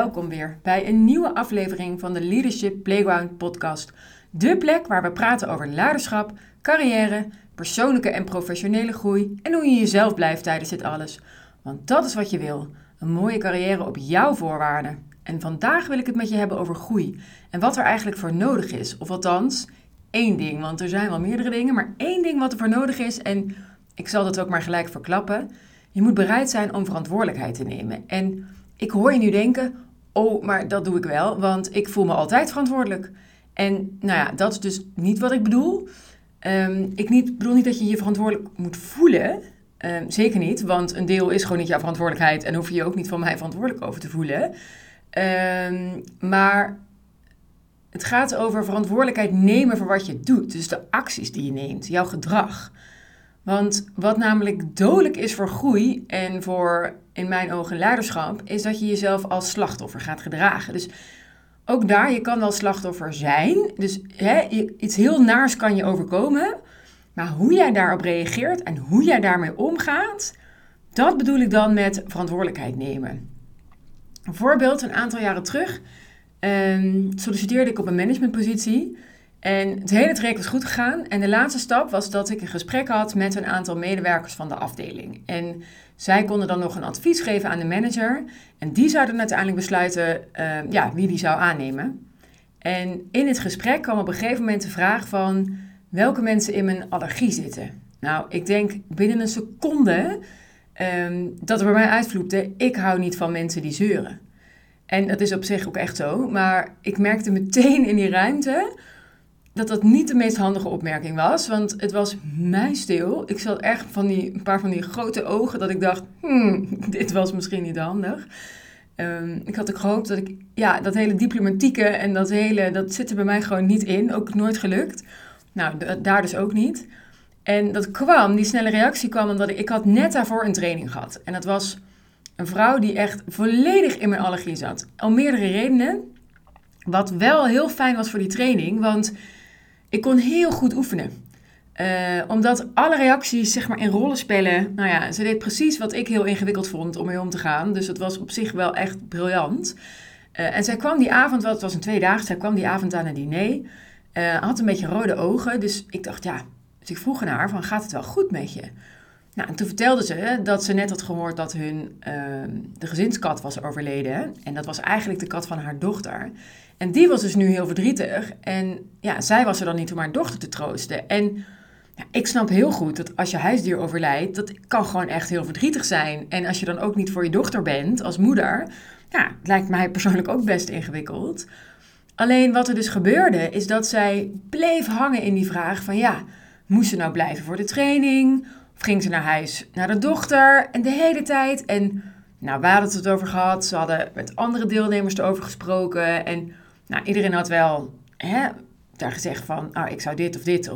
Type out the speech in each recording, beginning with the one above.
welkom weer bij een nieuwe aflevering van de Leadership Playground podcast. De plek waar we praten over leiderschap, carrière, persoonlijke en professionele groei en hoe je jezelf blijft tijdens dit alles. Want dat is wat je wil, een mooie carrière op jouw voorwaarden. En vandaag wil ik het met je hebben over groei en wat er eigenlijk voor nodig is. Of althans, één ding, want er zijn wel meerdere dingen, maar één ding wat er voor nodig is. En ik zal dat ook maar gelijk verklappen. Je moet bereid zijn om verantwoordelijkheid te nemen. En ik hoor je nu denken, oh, maar dat doe ik wel, want ik voel me altijd verantwoordelijk. En nou ja, dat is dus niet wat ik bedoel. Ik bedoel niet dat je je verantwoordelijk moet voelen. Zeker niet, want een deel is gewoon niet jouw verantwoordelijkheid en hoef je je ook niet van mij verantwoordelijk over te voelen. Maar het gaat over verantwoordelijkheid nemen voor wat je doet. Dus de acties die je neemt, jouw gedrag. Want wat namelijk dodelijk is voor groei en voor, in mijn ogen, leiderschap, is dat je jezelf als slachtoffer gaat gedragen. Dus ook daar, je kan wel slachtoffer zijn. Dus iets heel naars kan je overkomen. Maar hoe jij daarop reageert en hoe jij daarmee omgaat, dat bedoel ik dan met verantwoordelijkheid nemen. Een voorbeeld, een aantal jaren terug solliciteerde ik op een managementpositie. En het hele traject was goed gegaan. En de laatste stap was dat ik een gesprek had met een aantal medewerkers van de afdeling. En zij konden dan nog een advies geven aan de manager. En die zouden uiteindelijk besluiten wie die zou aannemen. En in het gesprek kwam op een gegeven moment de vraag van welke mensen in mijn allergie zitten. Nou, ik denk binnen een seconde dat er bij mij uitvloepte, ik hou niet van mensen die zeuren. En dat is op zich ook echt zo. Maar ik merkte meteen in die ruimte dat niet de meest handige opmerking was. Want het was muisstil. Ik zat echt een paar van die grote ogen dat ik dacht, dit was misschien niet handig. Ik had ook gehoopt dat dat hele diplomatieke en dat zit er bij mij gewoon niet in. Ook nooit gelukt. Nou, daar dus ook niet. En die snelle reactie kwam omdat ik had net daarvoor een training gehad. En dat was een vrouw die echt volledig in mijn allergie zat. Al meerdere redenen. Wat wel heel fijn was voor die training, want ik kon heel goed oefenen. Omdat alle reacties zeg maar in rollen spelen. Nou ja, ze deed precies wat ik heel ingewikkeld vond om mee om te gaan. Dus het was op zich wel echt briljant. En zij kwam die avond, het was een 2 dagen, zij kwam die avond aan een diner. Had een beetje rode ogen, dus ik dacht dus ik vroeg aan haar van, gaat het wel goed met je? Nou, en toen vertelde ze dat ze net had gehoord dat de gezinskat was overleden. En dat was eigenlijk de kat van haar dochter. En die was dus nu heel verdrietig. En ja, zij was er dan niet om haar dochter te troosten. En ik snap heel goed dat als je huisdier overlijdt, dat kan gewoon echt heel verdrietig zijn. En als je dan ook niet voor je dochter bent als moeder, het lijkt mij persoonlijk ook best ingewikkeld. Alleen wat er dus gebeurde, is dat zij bleef hangen in die vraag van moest ze nou blijven voor de training? Of ging ze naar huis naar de dochter? En de hele tijd. En we hadden het over gehad. Ze hadden met andere deelnemers erover gesproken. En iedereen had wel daar gezegd van, ik zou dit of dit.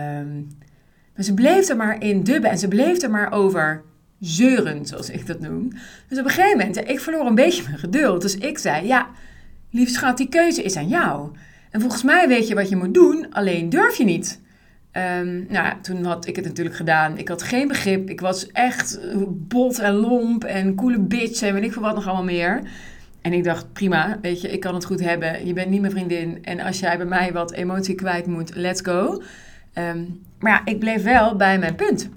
Maar ze bleef er maar in dubben. En ze bleef er maar over zeuren, zoals ik dat noem. Dus op een gegeven moment, ik verloor een beetje mijn geduld. Dus ik zei, lieve schat, die keuze is aan jou. En volgens mij weet je wat je moet doen, alleen durf je niet. Toen had ik het natuurlijk gedaan. Ik had geen begrip. Ik was echt bot en lomp en coole bitch en weet ik veel wat nog allemaal meer. En ik dacht, prima, weet je, ik kan het goed hebben. Je bent niet mijn vriendin. En als jij bij mij wat emotie kwijt moet, let's go. Maar ik bleef wel bij mijn punt.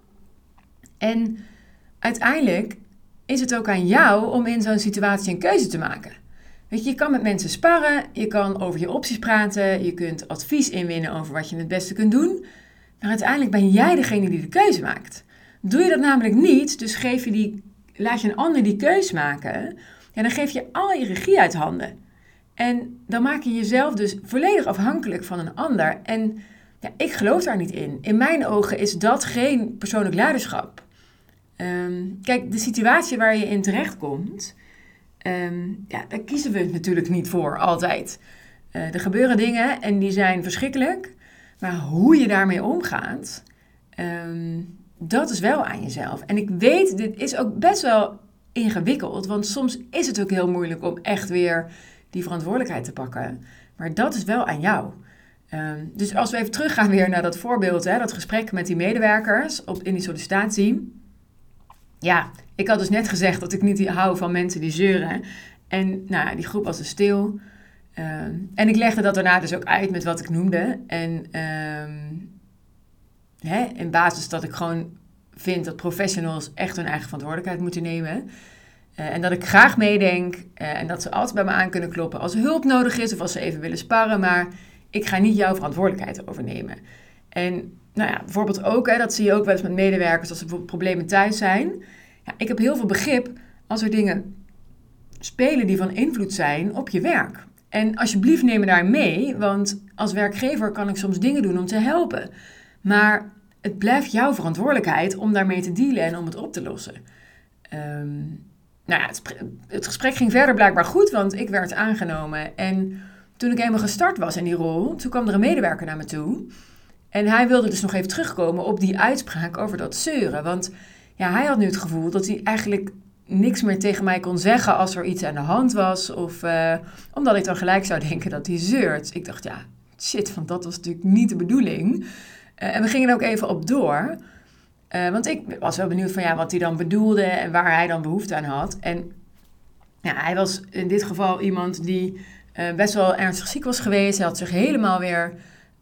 En uiteindelijk is het ook aan jou om in zo'n situatie een keuze te maken. Weet je kan met mensen sparren, je kan over je opties praten, je kunt advies inwinnen over wat je het beste kunt doen. Maar uiteindelijk ben jij degene die de keuze maakt. Doe je dat namelijk niet, dus laat je een ander die keuze maken, dan geef je al je regie uit handen. En dan maak je jezelf dus volledig afhankelijk van een ander. En ik geloof daar niet in. In mijn ogen is dat geen persoonlijk leiderschap. Kijk, de situatie waar je in terechtkomt, daar kiezen we natuurlijk niet voor, altijd. Er gebeuren dingen en die zijn verschrikkelijk. Maar hoe je daarmee omgaat, dat is wel aan jezelf. En ik weet, dit is ook best wel ingewikkeld. Want soms is het ook heel moeilijk om echt weer die verantwoordelijkheid te pakken. Maar dat is wel aan jou. Dus als we even teruggaan weer naar dat voorbeeld, dat gesprek met die medewerkers in die sollicitatie. Ik had dus net gezegd dat ik niet hou van mensen die zeuren. En nou, die groep was dus stil. En ik legde dat daarna dus ook uit met wat ik noemde. En in basis dat ik gewoon vind dat professionals echt hun eigen verantwoordelijkheid moeten nemen. En dat ik graag meedenk en dat ze altijd bij me aan kunnen kloppen als er hulp nodig is of als ze even willen sparren. Maar ik ga niet jouw verantwoordelijkheid overnemen. En nou ja, bijvoorbeeld ook, dat zie je ook wel eens met medewerkers als er bijvoorbeeld problemen thuis zijn. Ja, ik heb heel veel begrip als er dingen spelen die van invloed zijn op je werk. En alsjeblieft neem me daar mee, want als werkgever kan ik soms dingen doen om te helpen. Maar het blijft jouw verantwoordelijkheid om daarmee te dealen en om het op te lossen. Nou ja, het gesprek ging verder blijkbaar goed, want ik werd aangenomen. En toen ik eenmaal gestart was in die rol, toen kwam er een medewerker naar me toe. En hij wilde dus nog even terugkomen op die uitspraak over dat zeuren. Want ja, hij had nu het gevoel dat hij eigenlijk niks meer tegen mij kon zeggen als er iets aan de hand was. Of omdat ik dan gelijk zou denken dat hij zeurt. Ik dacht, ja, shit, want dat was natuurlijk niet de bedoeling. En we gingen er ook even op door. Want ik was wel benieuwd van wat hij dan bedoelde en waar hij dan behoefte aan had. En ja, hij was in dit geval iemand die best wel ernstig ziek was geweest. Hij had zich helemaal weer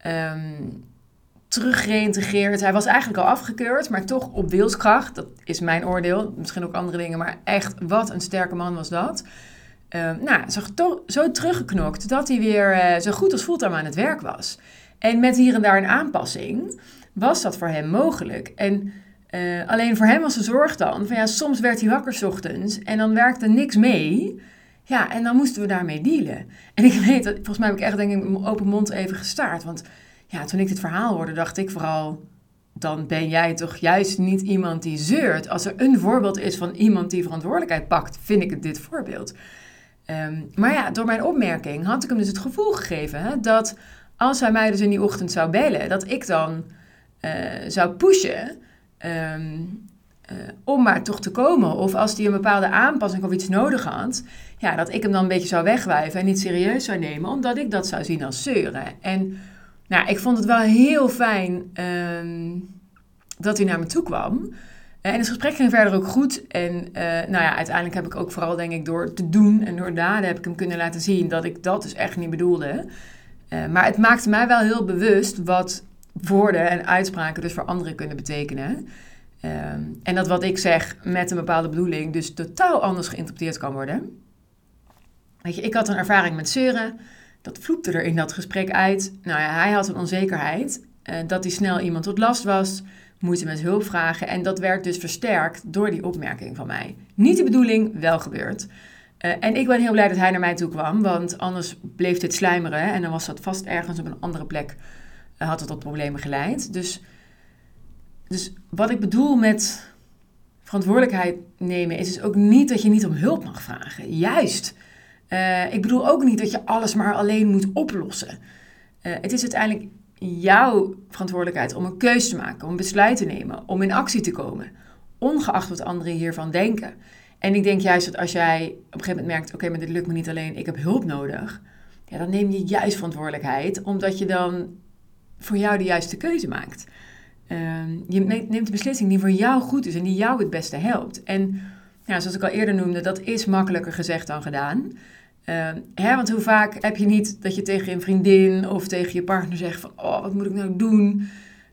teruggeïntegreerd. Hij was eigenlijk al afgekeurd, maar toch op wilskracht. Dat is mijn oordeel. Misschien ook andere dingen, maar echt wat een sterke man was dat. Zag zo teruggeknokt dat hij weer zo goed als fulltime aan het werk was. En met hier en daar een aanpassing was dat voor hem mogelijk. En alleen voor hem was de zorg dan van soms werd hij wakker 's ochtends en dan werkte niks mee. Ja, en dan moesten we daarmee dealen. En ik weet dat, volgens mij heb ik echt denk ik met mijn open mond even gestaard. Want ja, toen ik dit verhaal hoorde, dacht ik vooral, dan ben jij toch juist niet iemand die zeurt. Als er een voorbeeld is van iemand die verantwoordelijkheid pakt, vind ik het dit voorbeeld. Maar ja, door mijn opmerking had ik hem dus het gevoel gegeven dat als hij mij dus in die ochtend zou bellen, dat ik dan zou pushen om maar toch te komen. Of als hij een bepaalde aanpassing of iets nodig had, ja, dat ik hem dan een beetje zou wegwijven en niet serieus zou nemen, omdat ik dat zou zien als zeuren. En nou, ik vond het wel heel fijn dat hij naar me toe kwam. En het gesprek ging verder ook goed. En uiteindelijk heb ik ook vooral, denk ik, door te doen en door daden heb ik hem kunnen laten zien dat ik dat dus echt niet bedoelde. Maar het maakte mij wel heel bewust wat woorden en uitspraken dus voor anderen kunnen betekenen. En dat wat ik zeg met een bepaalde bedoeling dus totaal anders geïnterpreteerd kan worden. Weet je, ik had een ervaring met zeuren. Dat vloepte er in dat gesprek uit. Nou ja, hij had een onzekerheid. Dat hij snel iemand tot last was. Moeite met hulp vragen. En dat werd dus versterkt door die opmerking van mij. Niet de bedoeling, wel gebeurd. En ik ben heel blij dat hij naar mij toe kwam. Want anders bleef dit slijmeren. En dan was dat vast ergens op een andere plek. Had het tot problemen geleid. Dus wat ik bedoel met verantwoordelijkheid nemen is dus ook niet dat je niet om hulp mag vragen. Juist. Ik bedoel ook niet dat je alles maar alleen moet oplossen. Het is uiteindelijk jouw verantwoordelijkheid om een keuze te maken, om een besluit te nemen, om in actie te komen. Ongeacht wat anderen hiervan denken. En ik denk juist dat als jij op een gegeven moment merkt, oké, maar dit lukt me niet alleen, ik heb hulp nodig. Ja, dan neem je juist verantwoordelijkheid, omdat je dan voor jou de juiste keuze maakt. Je neemt de beslissing die voor jou goed is en die jou het beste helpt. En ja, zoals ik al eerder noemde, dat is makkelijker gezegd dan gedaan. Want hoe vaak heb je niet dat je tegen een vriendin of tegen je partner zegt van, oh, wat moet ik nou doen?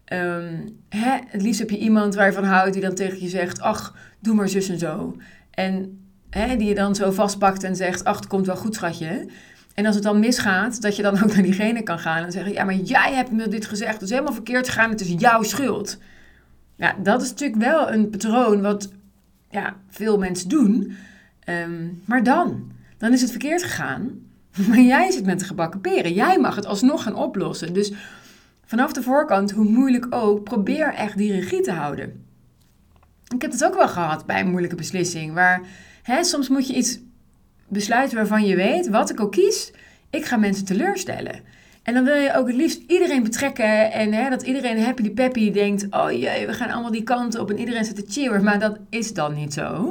Het liefst heb je iemand waar je van houdt die dan tegen je zegt, ach, doe maar zus en zo. En die je dan zo vastpakt en zegt, ach, het komt wel goed, schatje. En als het dan misgaat, dat je dan ook naar diegene kan gaan en zeggen, ja, maar jij hebt me dit gezegd, het is helemaal verkeerd gegaan, het is jouw schuld. Ja, dat is natuurlijk wel een patroon wat veel mensen doen. Maar dan is het verkeerd gegaan. Maar jij zit met de gebakken peren. Jij mag het alsnog gaan oplossen. Dus vanaf de voorkant, hoe moeilijk ook, probeer echt die regie te houden. Ik heb het ook wel gehad bij een moeilijke beslissing. Waar soms moet je iets besluiten waarvan je weet, wat ik ook kies, ik ga mensen teleurstellen. En dan wil je ook het liefst iedereen betrekken en dat iedereen happy peppy denkt, oh jee, we gaan allemaal die kanten op en iedereen zit te cheeren. Maar dat is dan niet zo.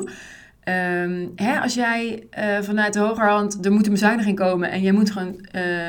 Als jij vanuit de hogerhand, er moet een bezuiniging komen en jij moet gewoon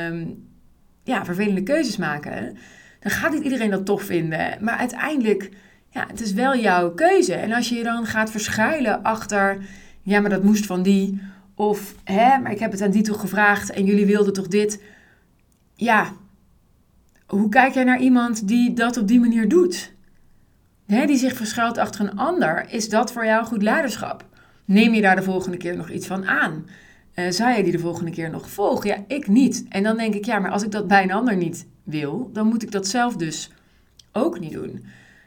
vervelende keuzes maken, dan gaat niet iedereen dat tof vinden. Maar uiteindelijk, het is wel jouw keuze. En als je je dan gaat verschuilen achter, ja, maar dat moest van die, Of, maar ik heb het aan die toch gevraagd en jullie wilden toch dit? Ja, hoe kijk jij naar iemand die dat op die manier doet? Die zich verschuilt achter een ander. Is dat voor jou goed leiderschap? Neem je daar de volgende keer nog iets van aan? Zou je die de volgende keer nog volgen? Ja, ik niet. En dan denk ik, ja, maar als ik dat bij een ander niet wil, dan moet ik dat zelf dus ook niet doen.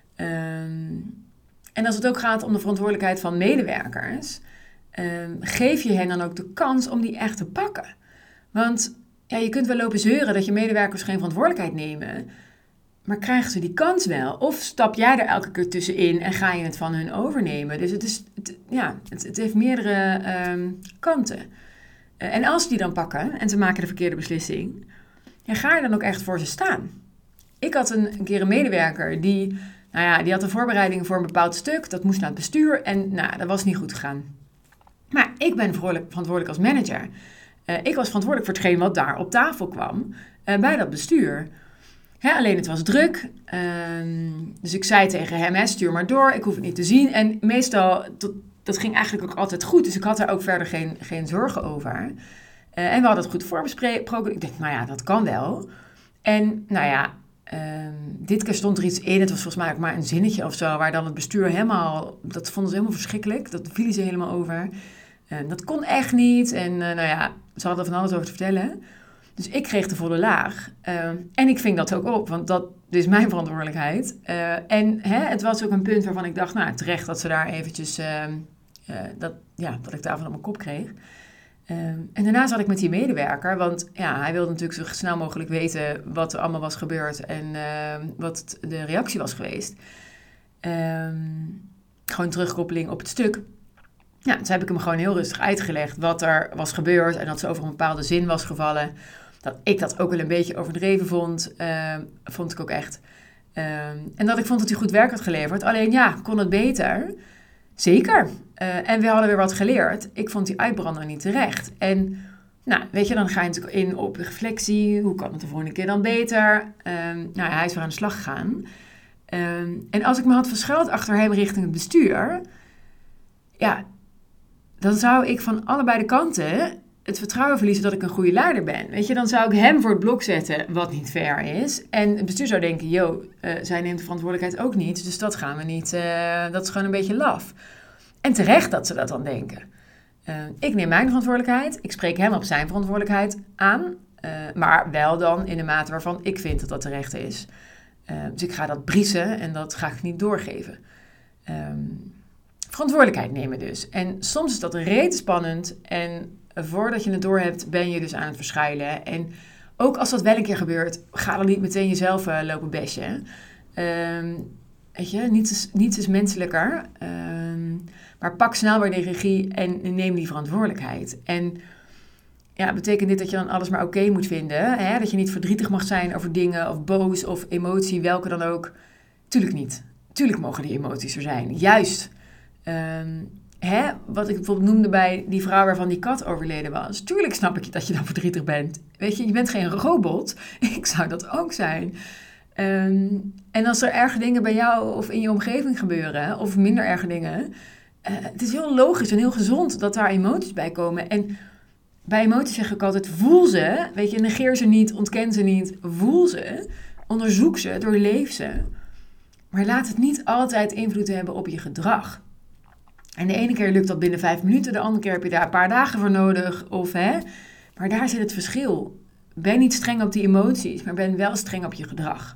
En als het ook gaat om de verantwoordelijkheid van medewerkers, geef je hen dan ook de kans om die echt te pakken. Want ja, je kunt wel lopen zeuren dat je medewerkers geen verantwoordelijkheid nemen, maar krijgen ze die kans wel? Of stap jij er elke keer tussenin en ga je het van hun overnemen? Dus het heeft meerdere kanten. En als die dan pakken en ze maken de verkeerde beslissing, ga je dan ook echt voor ze staan. Ik had een keer een medewerker die had een voorbereiding voor een bepaald stuk. Dat moest naar het bestuur en dat was niet goed gegaan. Maar ik ben verantwoordelijk als manager. Ik was verantwoordelijk voor hetgeen wat daar op tafel kwam bij dat bestuur. Alleen het was druk. Dus ik zei tegen hem, stuur maar door, ik hoef het niet te zien. En meestal, dat ging eigenlijk ook altijd goed. Dus ik had daar ook verder geen zorgen over. En we hadden het goed voorbesproken. Ik dacht, dat kan wel. En dit keer stond er iets in. Het was volgens mij ook maar een zinnetje of zo, waar dan het bestuur dat vonden ze helemaal verschrikkelijk. Dat vielen ze helemaal over. Dat kon echt niet. En ze hadden er van alles over te vertellen. Dus ik kreeg de volle laag. En ik ving dat ook op, want dat is mijn verantwoordelijkheid. Het was ook een punt waarvan ik dacht, terecht dat ze daar eventjes, dat ik daarvan op mijn kop kreeg. En daarna zat ik met die medewerker, want hij wilde natuurlijk zo snel mogelijk weten wat er allemaal was gebeurd en wat de reactie was geweest. Gewoon terugkoppeling op het stuk. Ja, dus heb ik hem gewoon heel rustig uitgelegd wat er was gebeurd en dat ze over een bepaalde zin was gevallen. Dat ik dat ook wel een beetje overdreven vond ik ook echt. En dat ik vond dat hij goed werk had geleverd. Alleen kon het beter? Zeker. En we hadden weer wat geleerd. Ik vond die uitbrander niet terecht. En dan ga je natuurlijk in op reflectie. Hoe kan het de volgende keer dan beter? Hij is weer aan de slag gegaan. En als ik me had verschuild achter hem richting het bestuur, dan zou ik van allebei de kanten het vertrouwen verliezen dat ik een goede leider ben. Dan zou ik hem voor het blok zetten, wat niet fair is. En het bestuur zou denken, zij neemt de verantwoordelijkheid ook niet, dus dat gaan we niet, dat is gewoon een beetje laf. En terecht dat ze dat dan denken. Ik neem mijn verantwoordelijkheid, ik spreek hem op zijn verantwoordelijkheid aan, maar wel dan in de mate waarvan ik vind dat dat terecht is. Dus ik ga dat briesen en dat ga ik niet doorgeven. Verantwoordelijkheid nemen dus. En soms is dat reet spannend en voordat je het door hebt, ben je dus aan het verschuilen. En ook als dat wel een keer gebeurt, ga dan niet meteen jezelf lopen bashen. Niets is menselijker. Maar pak snel weer de regie en neem die verantwoordelijkheid. En betekent dit dat je dan alles maar oké moet vinden? Hè? Dat je niet verdrietig mag zijn over dingen of boos of emotie, welke dan ook? Tuurlijk niet. Tuurlijk mogen die emoties er zijn. Juist. Wat ik bijvoorbeeld noemde bij die vrouw waarvan die kat overleden was. Tuurlijk snap ik dat je dan verdrietig bent. Weet je bent geen robot. Ik zou dat ook zijn. En als er erge dingen bij jou of in je omgeving gebeuren, of minder erge dingen, het is heel logisch en heel gezond dat daar emoties bij komen. En bij emoties zeg ik altijd, voel ze. Negeer ze niet, ontken ze niet. Voel ze, onderzoek ze, doorleef ze. Maar laat het niet altijd invloed hebben op je gedrag. En de ene keer lukt dat binnen 5 minuten, de andere keer heb je daar een paar dagen voor nodig. Maar daar zit het verschil. Ben niet streng op die emoties, maar ben wel streng op je gedrag.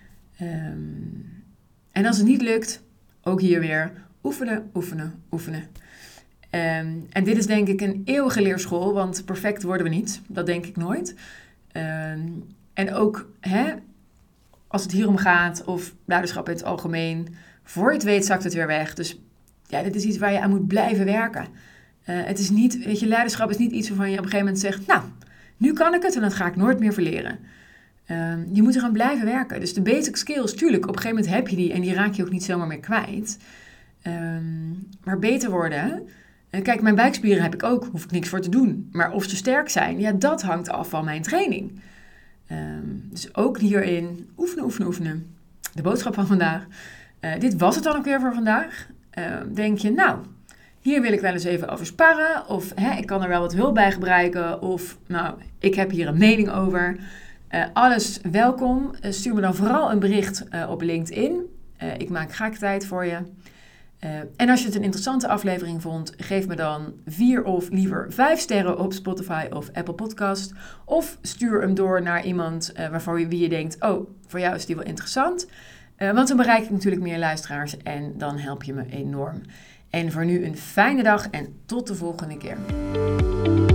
En als het niet lukt, ook hier weer oefenen, oefenen, oefenen. En dit is denk ik een eeuwige leerschool, want perfect worden we niet. Dat denk ik nooit. En ook als het hierom gaat, of leiderschap in het algemeen, voor je het weet zakt het weer weg. Dus dit is iets waar je aan moet blijven werken. Het is niet, leiderschap is niet iets waarvan je op een gegeven moment zegt, nu kan ik het en dat ga ik nooit meer verleren. Je moet er aan blijven werken. Dus de basic skills, tuurlijk, op een gegeven moment heb je die en die raak je ook niet zomaar meer kwijt. Maar beter worden. Kijk, mijn buikspieren heb ik ook, hoef ik niks voor te doen. Maar of ze sterk zijn, dat hangt af van mijn training. Dus ook hierin oefenen, oefenen, oefenen. De boodschap van vandaag. Dit was het dan ook weer voor vandaag. Denk je, hier wil ik wel eens even over sparren. Of ik kan er wel wat hulp bij gebruiken. Of ik heb hier een mening over. Alles welkom. Stuur me dan vooral een bericht op LinkedIn. Ik maak graag tijd voor je. En als je het een interessante aflevering vond, geef me dan 4 of liever 5 sterren op Spotify of Apple Podcast. Of stuur hem door naar iemand wie je denkt, voor jou is die wel interessant. Want dan bereik ik natuurlijk meer luisteraars en dan help je me enorm. En voor nu een fijne dag en tot de volgende keer.